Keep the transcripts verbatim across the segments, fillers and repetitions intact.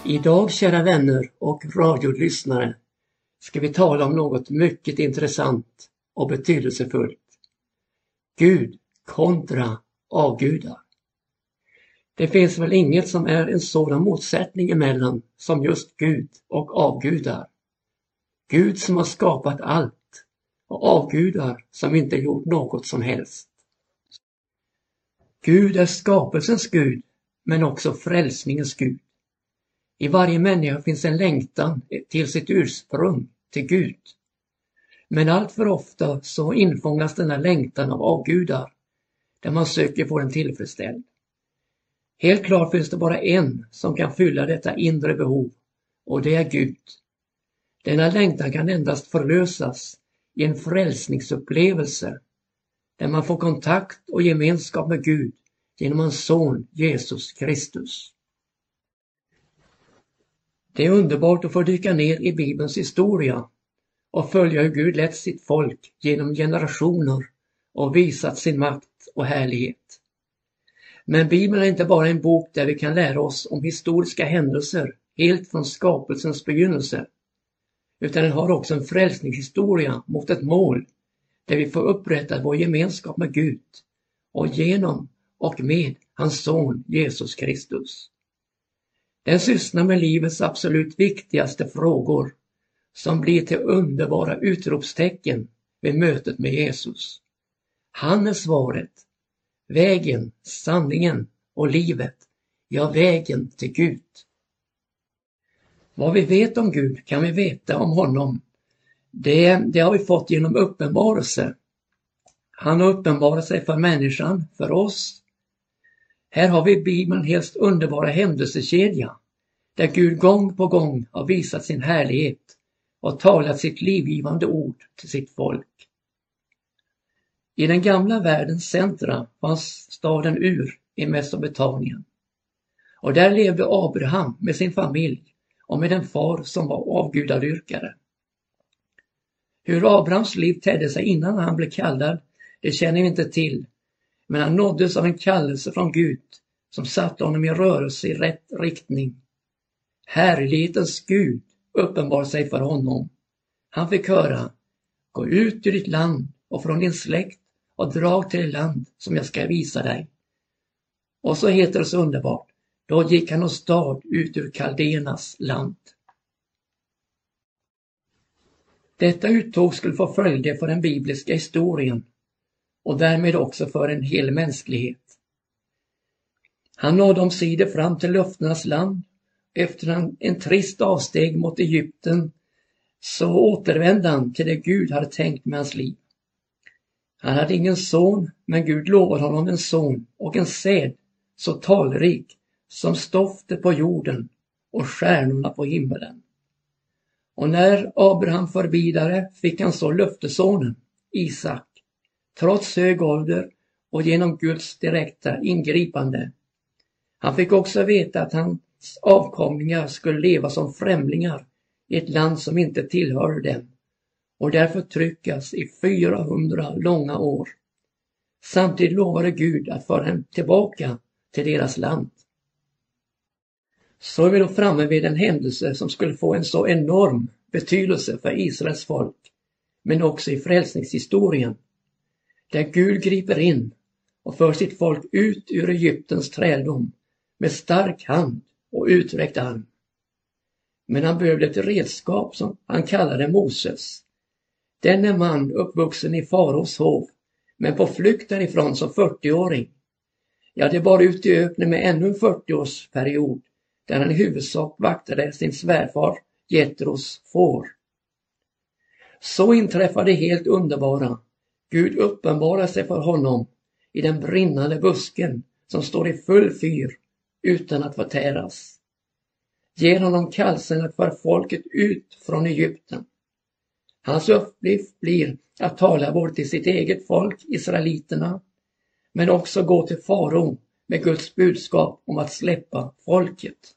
Idag, kära vänner och radiolyssnare, ska vi tala om något mycket intressant och betydelsefullt. Gud kontra avgudar. Det finns väl inget som är en sådan motsättning emellan som just Gud och avgudar. Gud som har skapat allt och avgudar som inte gjort något som helst. Gud är skapelsens Gud, men också frälsningens Gud. I varje människa finns en längtan till sitt ursprung, till Gud. Men allt för ofta så infångas denna längtan av avgudar, där man söker få den tillfredsställd. Helt klart finns det bara en som kan fylla detta inre behov, och det är Gud. Denna längtan kan endast förlösas i en frälsningsupplevelse, där man får kontakt och gemenskap med Gud genom hans son Jesus Kristus. Det är underbart att få dyka ner i Bibelns historia och följa hur Gud lett sitt folk genom generationer och visat sin makt och härlighet. Men Bibeln är inte bara en bok där vi kan lära oss om historiska händelser helt från skapelsens begynnelse, utan den har också en frälsningshistoria mot ett mål där vi får upprätta vår gemenskap med Gud och genom och med hans son Jesus Kristus. Den sysslar med livets absolut viktigaste frågor som blir till underbara utropstecken vid mötet med Jesus. Han är svaret, vägen, sanningen och livet, ja, vägen till Gud. Vad vi vet om Gud kan vi veta om honom. Det, det har vi fått genom uppenbarelse. Han har uppenbarat sig för människan, för oss. Här har vi Bibeln helt underbara händelsekedja, där Gud gång på gång har visat sin härlighet och talat sitt livgivande ord till sitt folk. I den gamla världens centra fanns staden Ur i Mesopotamien. Och där levde Abraham med sin familj och med en far som var avgudadyrkare. Hur Abrahams liv tedde sig innan han blev kallad, det känner vi inte till. Men han nåddes av en kallelse från Gud som satte honom i rörelse i rätt riktning. Härlighetens Gud uppenbar sig för honom. Han fick höra, gå ut ur ditt land och från din släkt och dra till det land som jag ska visa dig. Och så heter det så underbart, då gick han och stad ut ur Kaldenas land. Detta uttåg skulle få följder för den bibliska historien och därmed också för en hel mänsklighet. Han nådde omsider fram till löftenas land. Efter en, en trist avsteg mot Egypten så återvände han till det Gud hade tänkt med hans liv. Han hade ingen son, men Gud lovade honom en son och en säd så talrik som stoftet på jorden och stjärnorna på himmelen. Och när Abraham för vidare fick han så löftesonen, Isak, trots hög ålder och genom Guds direkta ingripande. Han fick också veta att hans avkomlingar skulle leva som främlingar i ett land som inte tillhörde dem och därför tryckas i fyrahundra långa år. Samtidigt lovade Gud att föra dem tillbaka till deras land. Så är vi då framme vid en händelse som skulle få en så enorm betydelse för Israels folk, men också i frälsningshistorien, där Gud griper in och för sitt folk ut ur Egyptens träldom med stark hand och uträckt arm. Men han behövde ett redskap som han kallade Moses. Denne man uppvuxen i faraos hov, men på flykt därifrån som fyrtioåring. Ja, det bar ut i öknen med ännu en fyrtioårsperiod, där han i huvudsak vaktade sin svärfar Jetros får. Så inträffade helt underbara. Gud uppenbarar sig för honom i den brinnande busken som står i full fyr utan att förtäras. Ger honom kallelsen att föra folket ut från Egypten. Hans uppgift blir att tala både till sitt eget folk, israeliterna, men också gå till farao med Guds budskap om att släppa folket.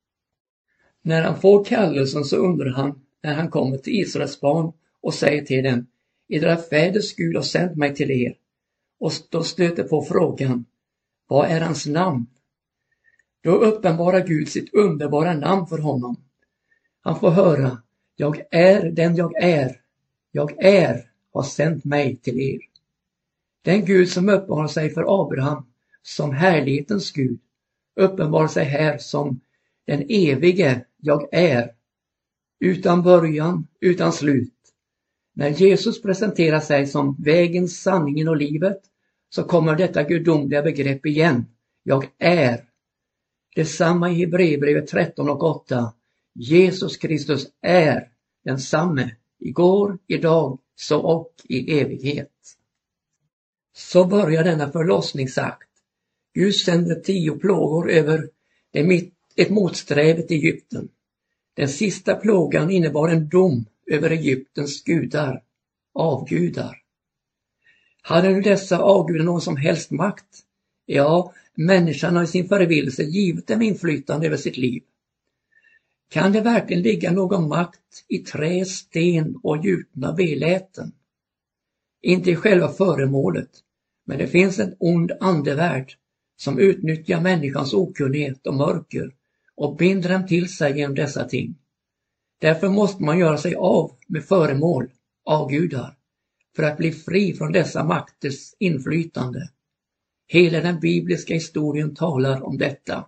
När han får kallelsen så undrar han när han kommer till Israels barn och säger till dem, edra fäders Gud har sänt mig till er. Och då stöter på frågan, vad är hans namn? Då uppenbarar Gud sitt underbara namn för honom. Han får höra: jag är den jag är. Jag är har sänt mig till er. Den Gud som uppenbarar sig för Abraham som härlighetens Gud uppenbarar sig här som den evige jag är. Utan början, utan slut. När Jesus presenterar sig som vägen, sanningen och livet så kommer detta gudomliga begrepp igen. Jag är. Detsamma i Hebreerbrevet tretton och åtta. Jesus Kristus är densamme igår, idag, så och i evighet. Så börjar denna förlossningsakt. Gud sänder tio plågor över det mitt, ett motsträvet Egypten. Den sista plågan innebar en dom över Egyptens gudar, avgudar. Hade nu dessa avgudar någon som helst makt? Ja, människan har i sin förvillelse givit dem inflytande över sitt liv. Kan det verkligen ligga någon makt i trä, sten och gjutna veläten? Inte i själva föremålet, men det finns en ond andevärld som utnyttjar människans okunnighet och mörker och binder dem till sig genom dessa ting. Därför måste man göra sig av med föremål, avgudar, för att bli fri från dessa makters inflytande. Hela den bibliska historien talar om detta.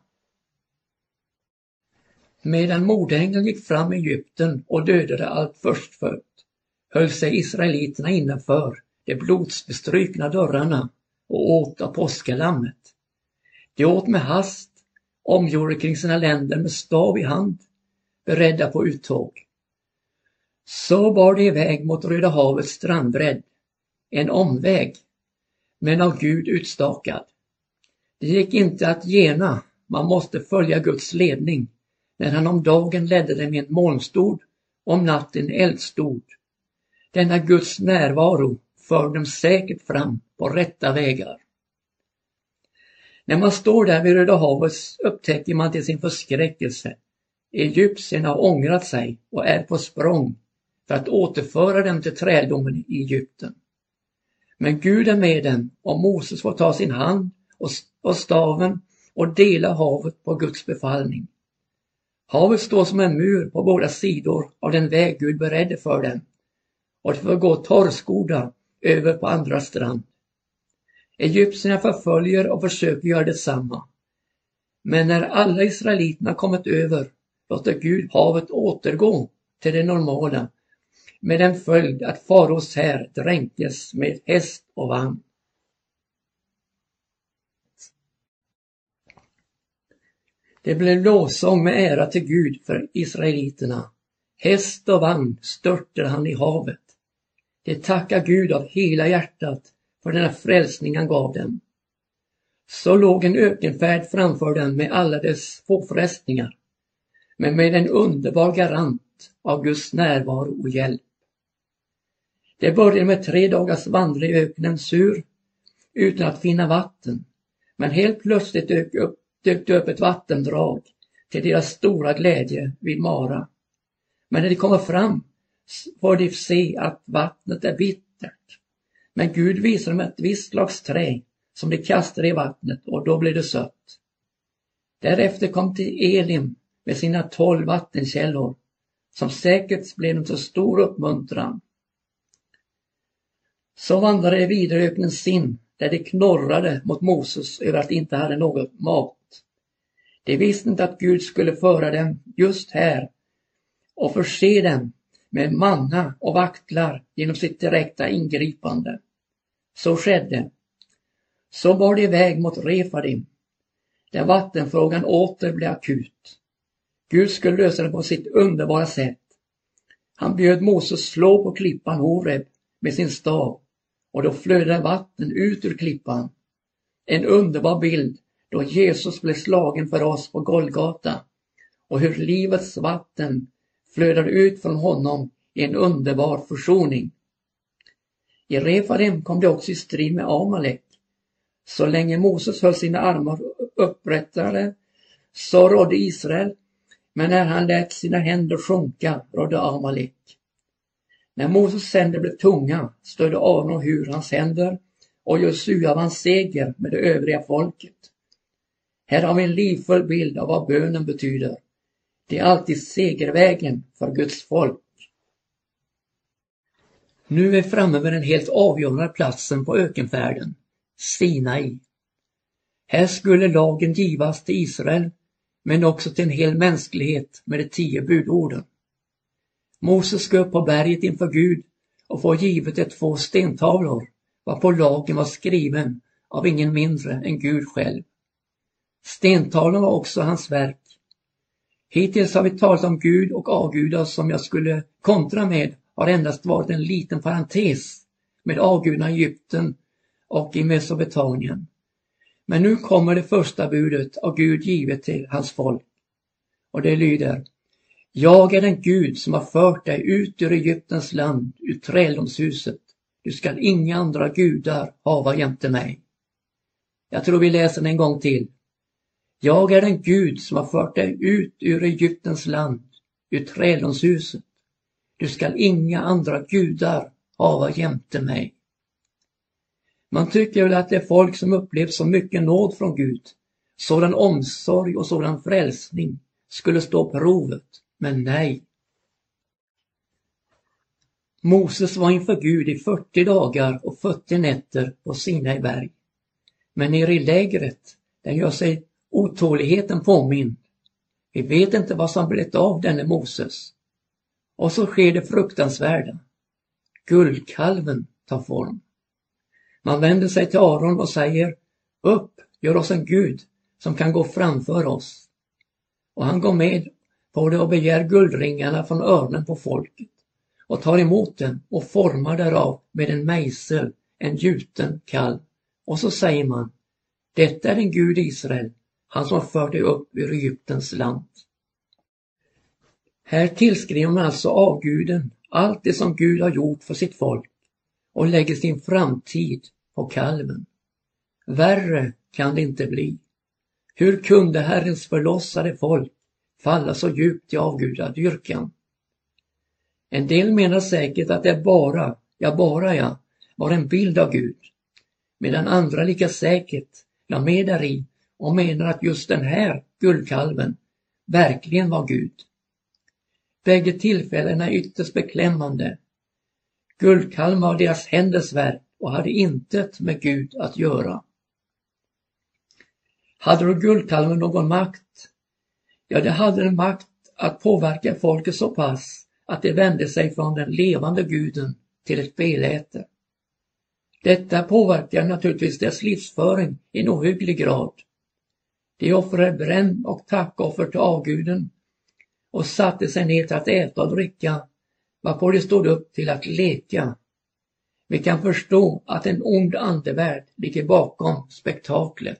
Medan mordängeln gick fram i Egypten och dödade allt förstfött, höll sig israeliterna innanför de blodsbestrykna dörrarna och åt av påskalammet. De åt med hast, omgjorde kring sina länder med stav i hand, beredda på uttåg. Så bar de iväg mot Röda havets strandbredd, en omväg, men av Gud utstakad. Det gick inte att gena, man måste följa Guds ledning, när han om dagen ledde dem i en molnstod, om natten eldstod. Denna Guds närvaro för dem säkert fram på rätta vägar. När man står där vid Röda havet upptäcker man till sin förskräckelse. Egyptierna har ångrat sig och är på språng för att återföra dem till träldomen i Egypten. Men Gud är med dem och Moses får ta sin hand och staven och dela havet på Guds befallning. Havet står som en mur på båda sidor av den väg Gud beredde för dem, och det får gå torrskodda över på andra strand. Egyptierna förföljer och försöker göra detsamma. Men när alla israeliterna kommit över låter Gud havet återgå till det normala, med den följd att faraos här dränktes med häst och vagn. Det blev lovsång med ära till Gud för israeliterna. Häst och vagn störtade han i havet. Det tackar Gud av hela hjärtat för denna frälsning han gav dem. Så låg en ökenfärd framför dem med alla dess påfrestningar, men med en underbar garant av Guds närvaro och hjälp. Det började med tre dagars vandring i öknen sur, utan att finna vatten, men helt plötsligt dök upp, dök upp ett vattendrag till deras stora glädje vid Mara. Men när de kommer fram får de se att vattnet är bittert. Men Gud visar dem ett visst slags trä som de kastade i vattnet, och då blev det sött. Därefter kom till Elim med sina tolv vattenkällor, som säkert blev dem så stor uppmuntran. Så vandrade de vidare i öknen Sin, där de knorrade mot Moses över att de inte hade något mat. De visste inte att Gud skulle föra dem just här och förse dem med manna och vaktlar genom sitt direkta ingripande. Så skedde. Så bar de iväg mot Refadim, där vattenfrågan åter blev akut. Gud skulle lösa det på sitt underbara sätt. Han bjöd Moses slå på klippan Horeb med sin stav, och då flödade vatten ut ur klippan. En underbar bild då Jesus blev slagen för oss på Golgata, och hur livets vatten flödade ut från honom i en underbar försoning. I Refadim kom det också i strid med Amalek. Så länge Moses höll sina armar upprättade så rådde Israel, men när han lät sina händer sjunka rådde Amalek. När Moses händer blev tunga stödde Aron och Hur hans händer, och Josua vann seger med det övriga folket. Här har vi en livfull bild av vad bönen betyder. Det är alltid segervägen för Guds folk. Nu är vi framme vid den helt avgörande platsen på ökenfärden, Sinai. Här skulle lagen givas till Israel, men också till en hel mänsklighet med de tio budorden. Moses ska upp på berget inför Gud och få givet ett två stentavlor, varpå lagen var skriven av ingen mindre än Gud själv. Stentavlan var också hans verk. Hittills har vi talat om Gud och avgudar som jag skulle kontra med har endast varit en liten parentes med avgudarna i Egypten och i Mesopotamien. Men nu kommer det första budet av Gud givet till hans folk. Och det lyder: Jag är den Gud som har fört dig ut ur Egyptens land, ur träldomshuset. Du skall inga andra gudar hava jämte mig. Jag tror vi läser den en gång till. Jag är den Gud som har fört dig ut ur Egyptens land, ur träldomshuset. Du skall inga andra gudar hava jämte mig. Man tycker väl att det är folk som upplevt så mycket nåd från Gud, sådan omsorg och sådan frälsning skulle stå på provet, men nej. Moses var inför Gud i fyrtio dagar och fyrtio nätter på Sinai berg. Men nere i lägret, där gör sig otåligheten påminn. Vi vet inte vad som blivit av denne Moses. Och så sker det fruktansvärda. Guldkalven tar form. Man vänder sig till Aron och säger: upp, gör oss en Gud som kan gå framför oss. Och han går med på det och begär guldringarna från öronen på folket och tar emot den och formar därav med en mejsel en gjuten kalv. Och så säger man: detta är den Gud Israel, han som för dig upp ur Egyptens land. Här tillskriver man alltså avguden allt det som Gud har gjort för sitt folk och lägger sin framtid på kalven. Värre kan det inte bli. Hur kunde Herrens förlossade folk falla så djupt i avgudadyrkan? En del menar säkert att det bara, ja bara ja, var en bild av Gud, medan andra lika säkert la med där i och menar att just den här guldkalven verkligen var Gud. Bägge tillfällena är ytterst beklämmande. Guldkalven var deras händers verk och hade intet med Gud att göra. Hade då guldkalven någon makt? Ja, det hade en makt att påverka folket så pass att det vände sig från den levande guden till ett beläte. Detta påverkar naturligtvis dess livsföring i en ohygglig grad. De offrade bränn- och tackoffer till avguden och satte sig ner till att äta och dricka, varpå de stod upp till att leka. Vi kan förstå att en ond andevärld ligger bakom spektaklet.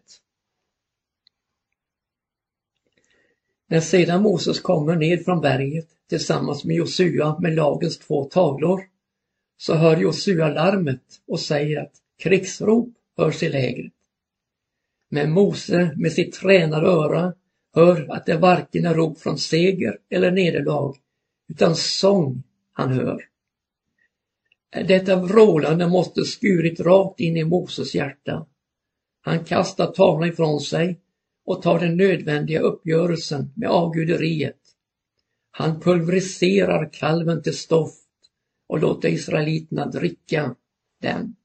När sedan Moses kommer ned från berget tillsammans med Josua med lagens två tavlor, så hör Josua larmet och säger att krigsrop hörs i lägret. Men Mose med sitt tränade öra hör att det varken är rop från seger eller nederlag, utan sång han hör. Detta vrålande måste skurit rakt in i Moses hjärta. Han kastar tavlan ifrån sig och tar den nödvändiga uppgörelsen med avguderiet. Han pulveriserar kalven till stoft och låter israeliterna dricka den.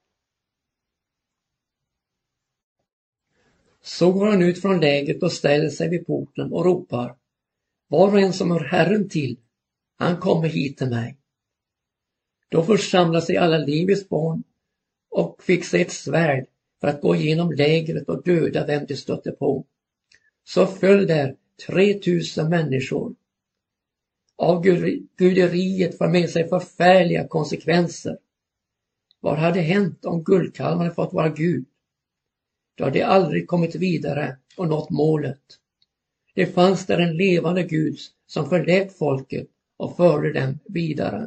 Så går han ut från lägret och ställer sig vid porten och ropar: var och en som hör Herren till, han kommer hit till mig. Då församlar sig alla Levis barn och fick sig ett svärd för att gå igenom lägret och döda vem de stötte på. Så föll där tre tusen människor. Avguderiet får med sig förfärliga konsekvenser. Vad hade hänt om guldkalven hade fått vara Gud? Då hade de aldrig kommit vidare och nått målet. Det fanns där en levande Gud som förlät folket och förde dem vidare.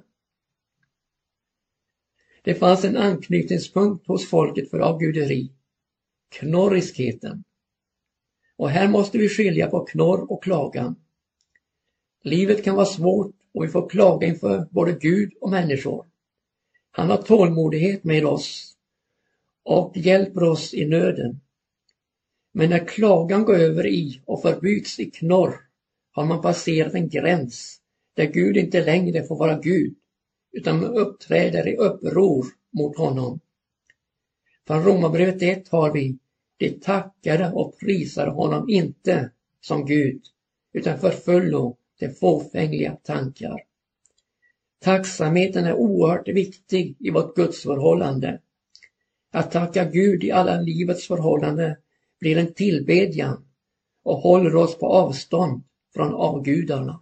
Det fanns en anknytningspunkt hos folket för avguderi, knorriskheten. Och här måste vi skilja på knorr och klagan. Livet kan vara svårt och vi får klaga inför både Gud och människor. Han har tålmodighet med oss och hjälper oss i nöden. Men när klagan går över i och förbyts i knorr har man passerat en gräns där Gud inte längre får vara Gud utan man uppträder i uppror mot honom. Från Romarbrevet ett har vi: de tackade och prisade honom inte som Gud utan förföllo de fåfängliga tankar. Tacksamheten är oerhört viktig i vårt gudsförhållande. Att tacka Gud i alla livets förhållanden blir en tillbedjan och håller oss på avstånd från avgudarna.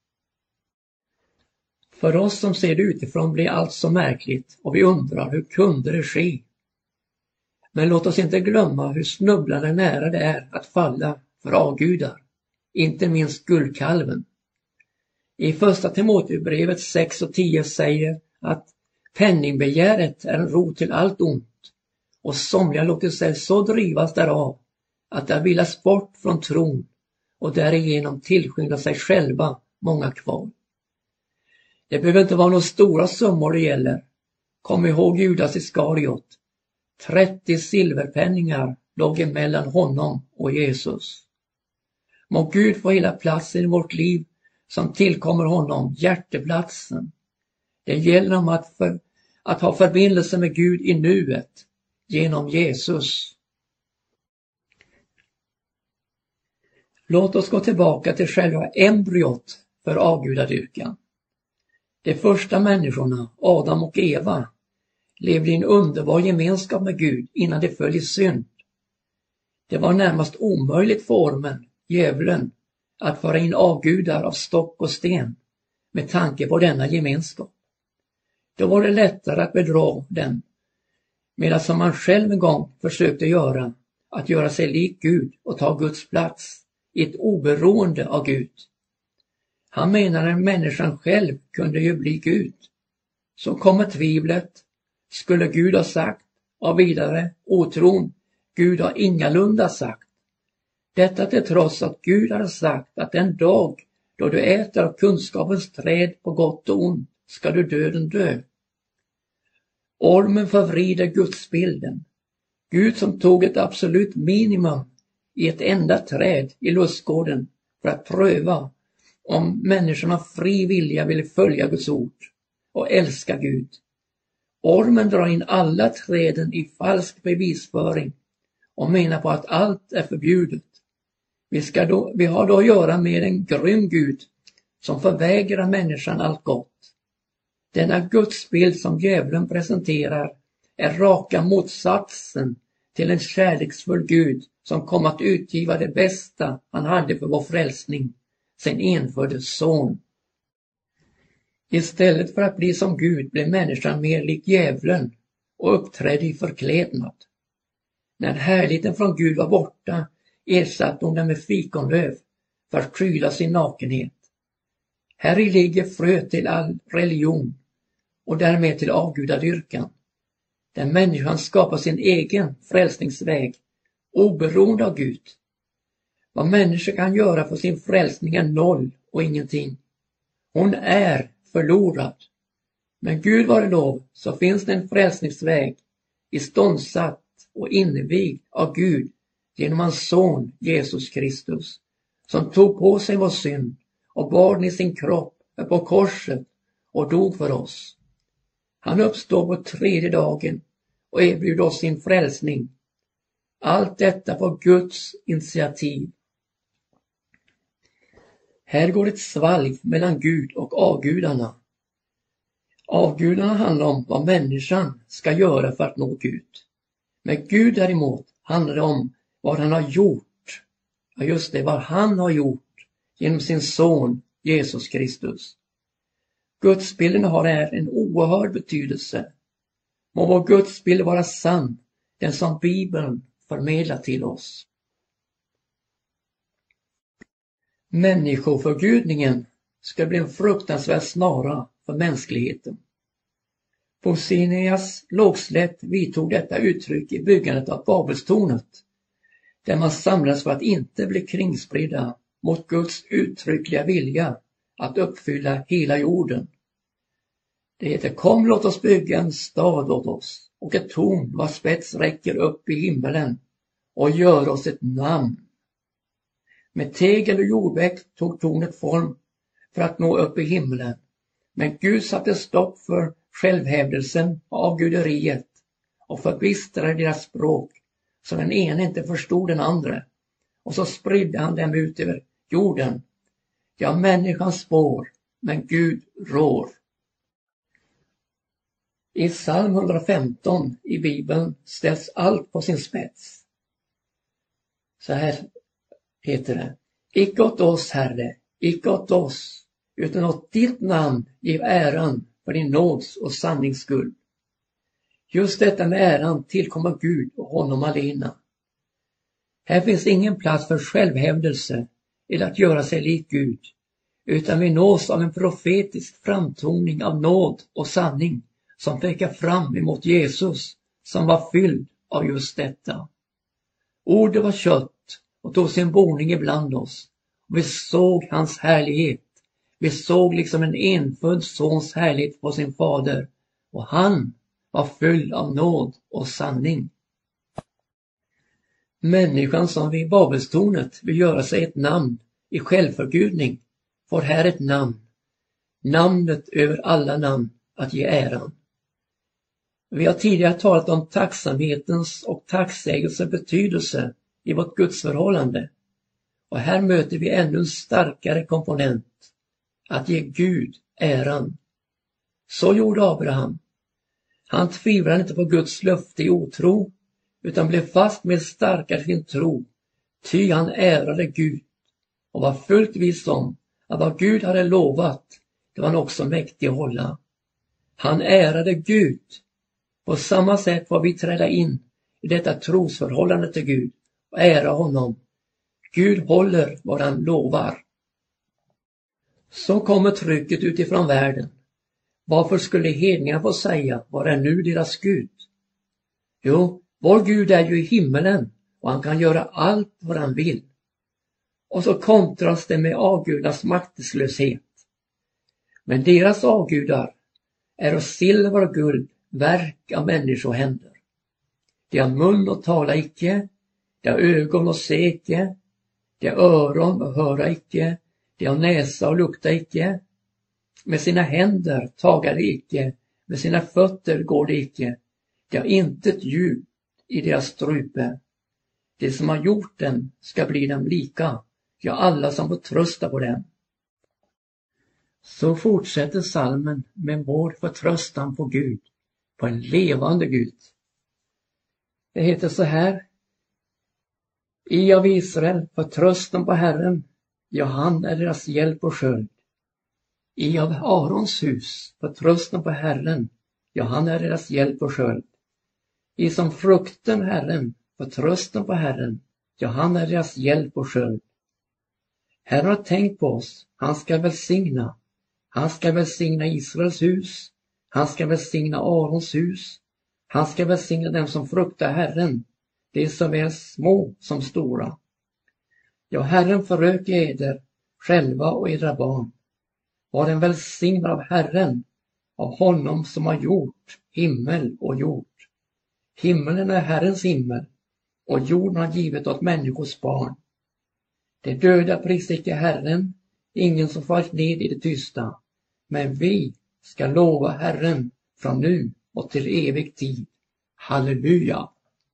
För oss som ser det utifrån blir allt så märkligt och vi undrar hur kunde det ske? Men låt oss inte glömma hur snubblande nära det är att falla för avgudar, inte minst guldkalven. I första Timoteusbrevet sex och tio säger att penningbegäret är en rot till allt ont och somliga låter sig så drivas därav att de villas bort från tron och därigenom tillskynda sig själva många kval. Det behöver inte vara några stora summor det gäller. Kom ihåg Judas Iskariot. trettio silverpenningar låg emellan honom och Jesus. Må Gud få hela platsen i vårt liv som tillkommer honom, hjärteplatsen. Det gäller om att, för, att ha förbindelse med Gud i nuet genom Jesus. Låt oss gå tillbaka till själva embryot för avgudadyrkan. De första människorna, Adam och Eva, levde i en underbar gemenskap med Gud innan de föll i synd. Det var närmast omöjligt för ormen, djävulen, att föra in avgudar av stock och sten med tanke på denna gemenskap. Då var det lättare att bedra den, medan som man själv en gång försökte göra, att göra sig lik Gud och ta Guds plats i ett oberoende av Gud. Han menar att människan själv kunde ju bli Gud. Så kommer tvivlet. Skulle Gud ha sagt? Och vidare otron. Gud har ingalunda sagt. Detta till trots att Gud har sagt att den dag då du äter av kunskapens träd på gott och ont ska du döden dö. Ormen förvrider gudsbilden. Gud som tog ett absolut minimum i ett enda träd i lustgården för att pröva om människorna fri vilja ville följa Guds ord och älska Gud. Ormen drar in alla träden i falsk bevisföring och menar på att allt är förbjudet. Vi, ska då, vi har då att göra med en grym Gud som förvägrar människan allt gott. Denna gudsbild som djävulen presenterar är raka motsatsen till en kärleksfull Gud som kom att utgiva det bästa han hade för vår frälsning, sin enfödde son. Istället för att bli som Gud blev människan mer lik djävulen och uppträdde i förklädnad. När härligheten från Gud var borta ersatte hon den med fikonlöv för att skydda sin nakenhet. Här ligger frö till all religion och därmed till avgudadyrkan. Där människan skapar sin egen frälsningsväg oberoende av Gud. Vad människor kan göra för sin frälsning är noll och ingenting. Hon är förlorad. Men Gud var det lov så finns det en frälsningsväg iståndsatt och invigd av Gud genom hans son Jesus Kristus som tog på sig vår synd och bar den i sin kropp på korset och dog för oss. Han uppstod på tredje dagen och erbjöd oss sin frälsning. Allt detta på Guds initiativ. Här går ett svalg mellan Gud och avgudarna. Avgudarna handlar om vad människan ska göra för att nå Gud. Men Gud däremot handlar om vad han har gjort. Ja just det, vad han har gjort genom sin son Jesus Kristus. Gudsbilden har här en oerhörd betydelse. Må vår gudsbild vara sann, den som Bibeln förmedlar till oss. Människoförgudningen ska bli en fruktansvärd snara för mänskligheten. Pausanias lågslätt vidtog detta uttryck i byggandet av Babelstornet, där man samlas för att inte bli kringspridda mot Guds uttryckliga vilja att uppfylla hela jorden. Det heter: kom låt oss bygga en stad åt oss och ett torn vars spets räcker upp i himmelen och gör oss ett namn. Med tegel och jordväxt tog tornet form för att nå upp i himlen. Men Gud satte stopp för självhävdelsen och avguderiet och förbistrade deras språk så den ene inte förstod den andra. Och så spridde han dem ut över jorden. Ja, människan spår, men Gud rår. I psalm hundrafemton i Bibeln ställs allt på sin spets. Så här heter det: icke åt oss, Herre, icke åt oss, utan åt ditt namn giv äran för din nåds och sannings skull. Just detta med äran tillkommer Gud och honom alena. Här finns ingen plats för självhävdelse eller att göra sig lik Gud, utan vi nås av en profetisk framtoning av nåd och sanning som pekar fram emot Jesus, som var fylld av just detta. Ordet var kött och tog sin boning ibland oss, och vi såg hans härlighet. Vi såg liksom en enfödd sons härlighet på sin fader, och han var fylld av nåd och sanning. Människan som vid Babelstornet vill göra sig ett namn i självförgudning får här ett namn, namnet över alla namn, att ge äran. Vi har tidigare talat om tacksamhetens och tacksägelsens betydelse i vårt gudsförhållande, och här möter vi ännu en starkare komponent, att ge Gud äran. Så gjorde Abraham. Han tvivlade inte på Guds löfte i otro, utan blev fast med starkare sin tro, ty han ärade Gud och var fullt viss om att vad Gud hade lovat, det var han också mäktig att hålla. Han ärade Gud. På samma sätt får vi träda in i detta trosförhållande till Gud och ära honom. Gud håller vad han lovar. Så kommer trycket utifrån världen. Varför skulle hedningarna få säga, vad är nu deras Gud? Jo, vår Gud är ju i himmelen och han kan göra allt vad han vill. Och så kontras det med avgudarnas maktlöshet. Men deras avgudar är av silver och guld, verk av människohänder. De har mun och tala icke, de har ögon och se icke, de har öron och höra icke, de har näsa och lukta icke. Med sina händer tagar de icke, med sina fötter går de icke, de har intet ljud i deras strupe. Det som har gjort dem ska bli dem lika, ja, alla som får trösta på dem. Så fortsätter salmen med vår förtröstan på Gud, på en levande Gud. Det heter så här: I av Israel förtröstan på Herren, ja, han är deras hjälp och sköld. I av Arons hus förtröstan på Herren, ja, han är deras hjälp och sköld. I som frukten Herren förtröstan på Herren, ja, han är deras hjälp och sköld. Herren har tänkt på oss, han ska välsigna. Han ska välsigna Israels hus, han ska välsigna Arons hus, han ska välsigna dem som fruktar Herren, det är såväl små som stora. Ja, Herren föröker eder själva och edra barn. Var en välsignad av Herren, av honom som har gjort himmel och jord. Himmelen är Herrens himmel, och jorden har givet åt människors barn. Det döda prisar icke Herren, ingen som fallit ned i det tysta. Men vi ska lova Herren från nu och till evig tid. Halleluja!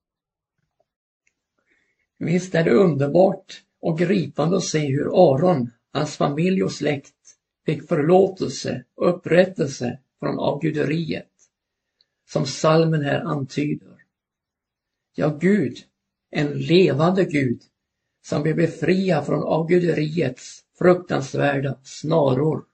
Visst är det underbart och gripande att se hur Aron, hans familj och släkt fick förlåtelse och upprättelse från avguderiet, som salmen här antyder. Ja, Gud, en levande Gud, som vill befria från avguderiets fruktansvärda snaror.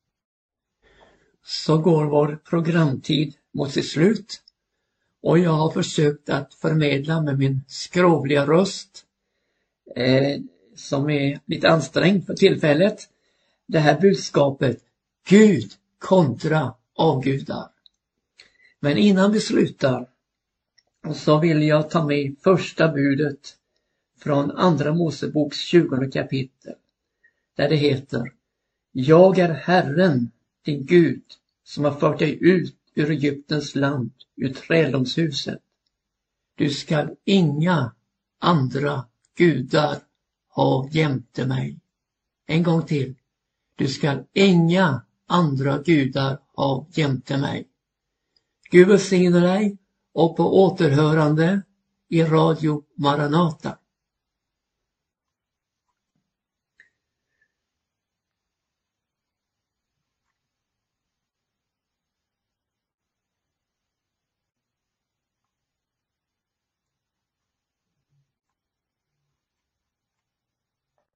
Så går vår programtid mot sitt slut, och jag har försökt att förmedla med min skrovliga röst, eh, som är lite ansträngd för tillfället, det här budskapet: Gud kontra avgudar. Men innan vi slutar så vill jag ta med första budet från andra Moseboks tjugonde kapitel, där det heter: Jag är Herren, din Gud, som har fört dig ut ur Egyptens land, ur träldomshuset. Du skall inga andra gudar ha jämte mig. En gång till. Du skall inga andra gudar ha jämte mig. Gud välsigne dig och på återhörande i Radio Maranata.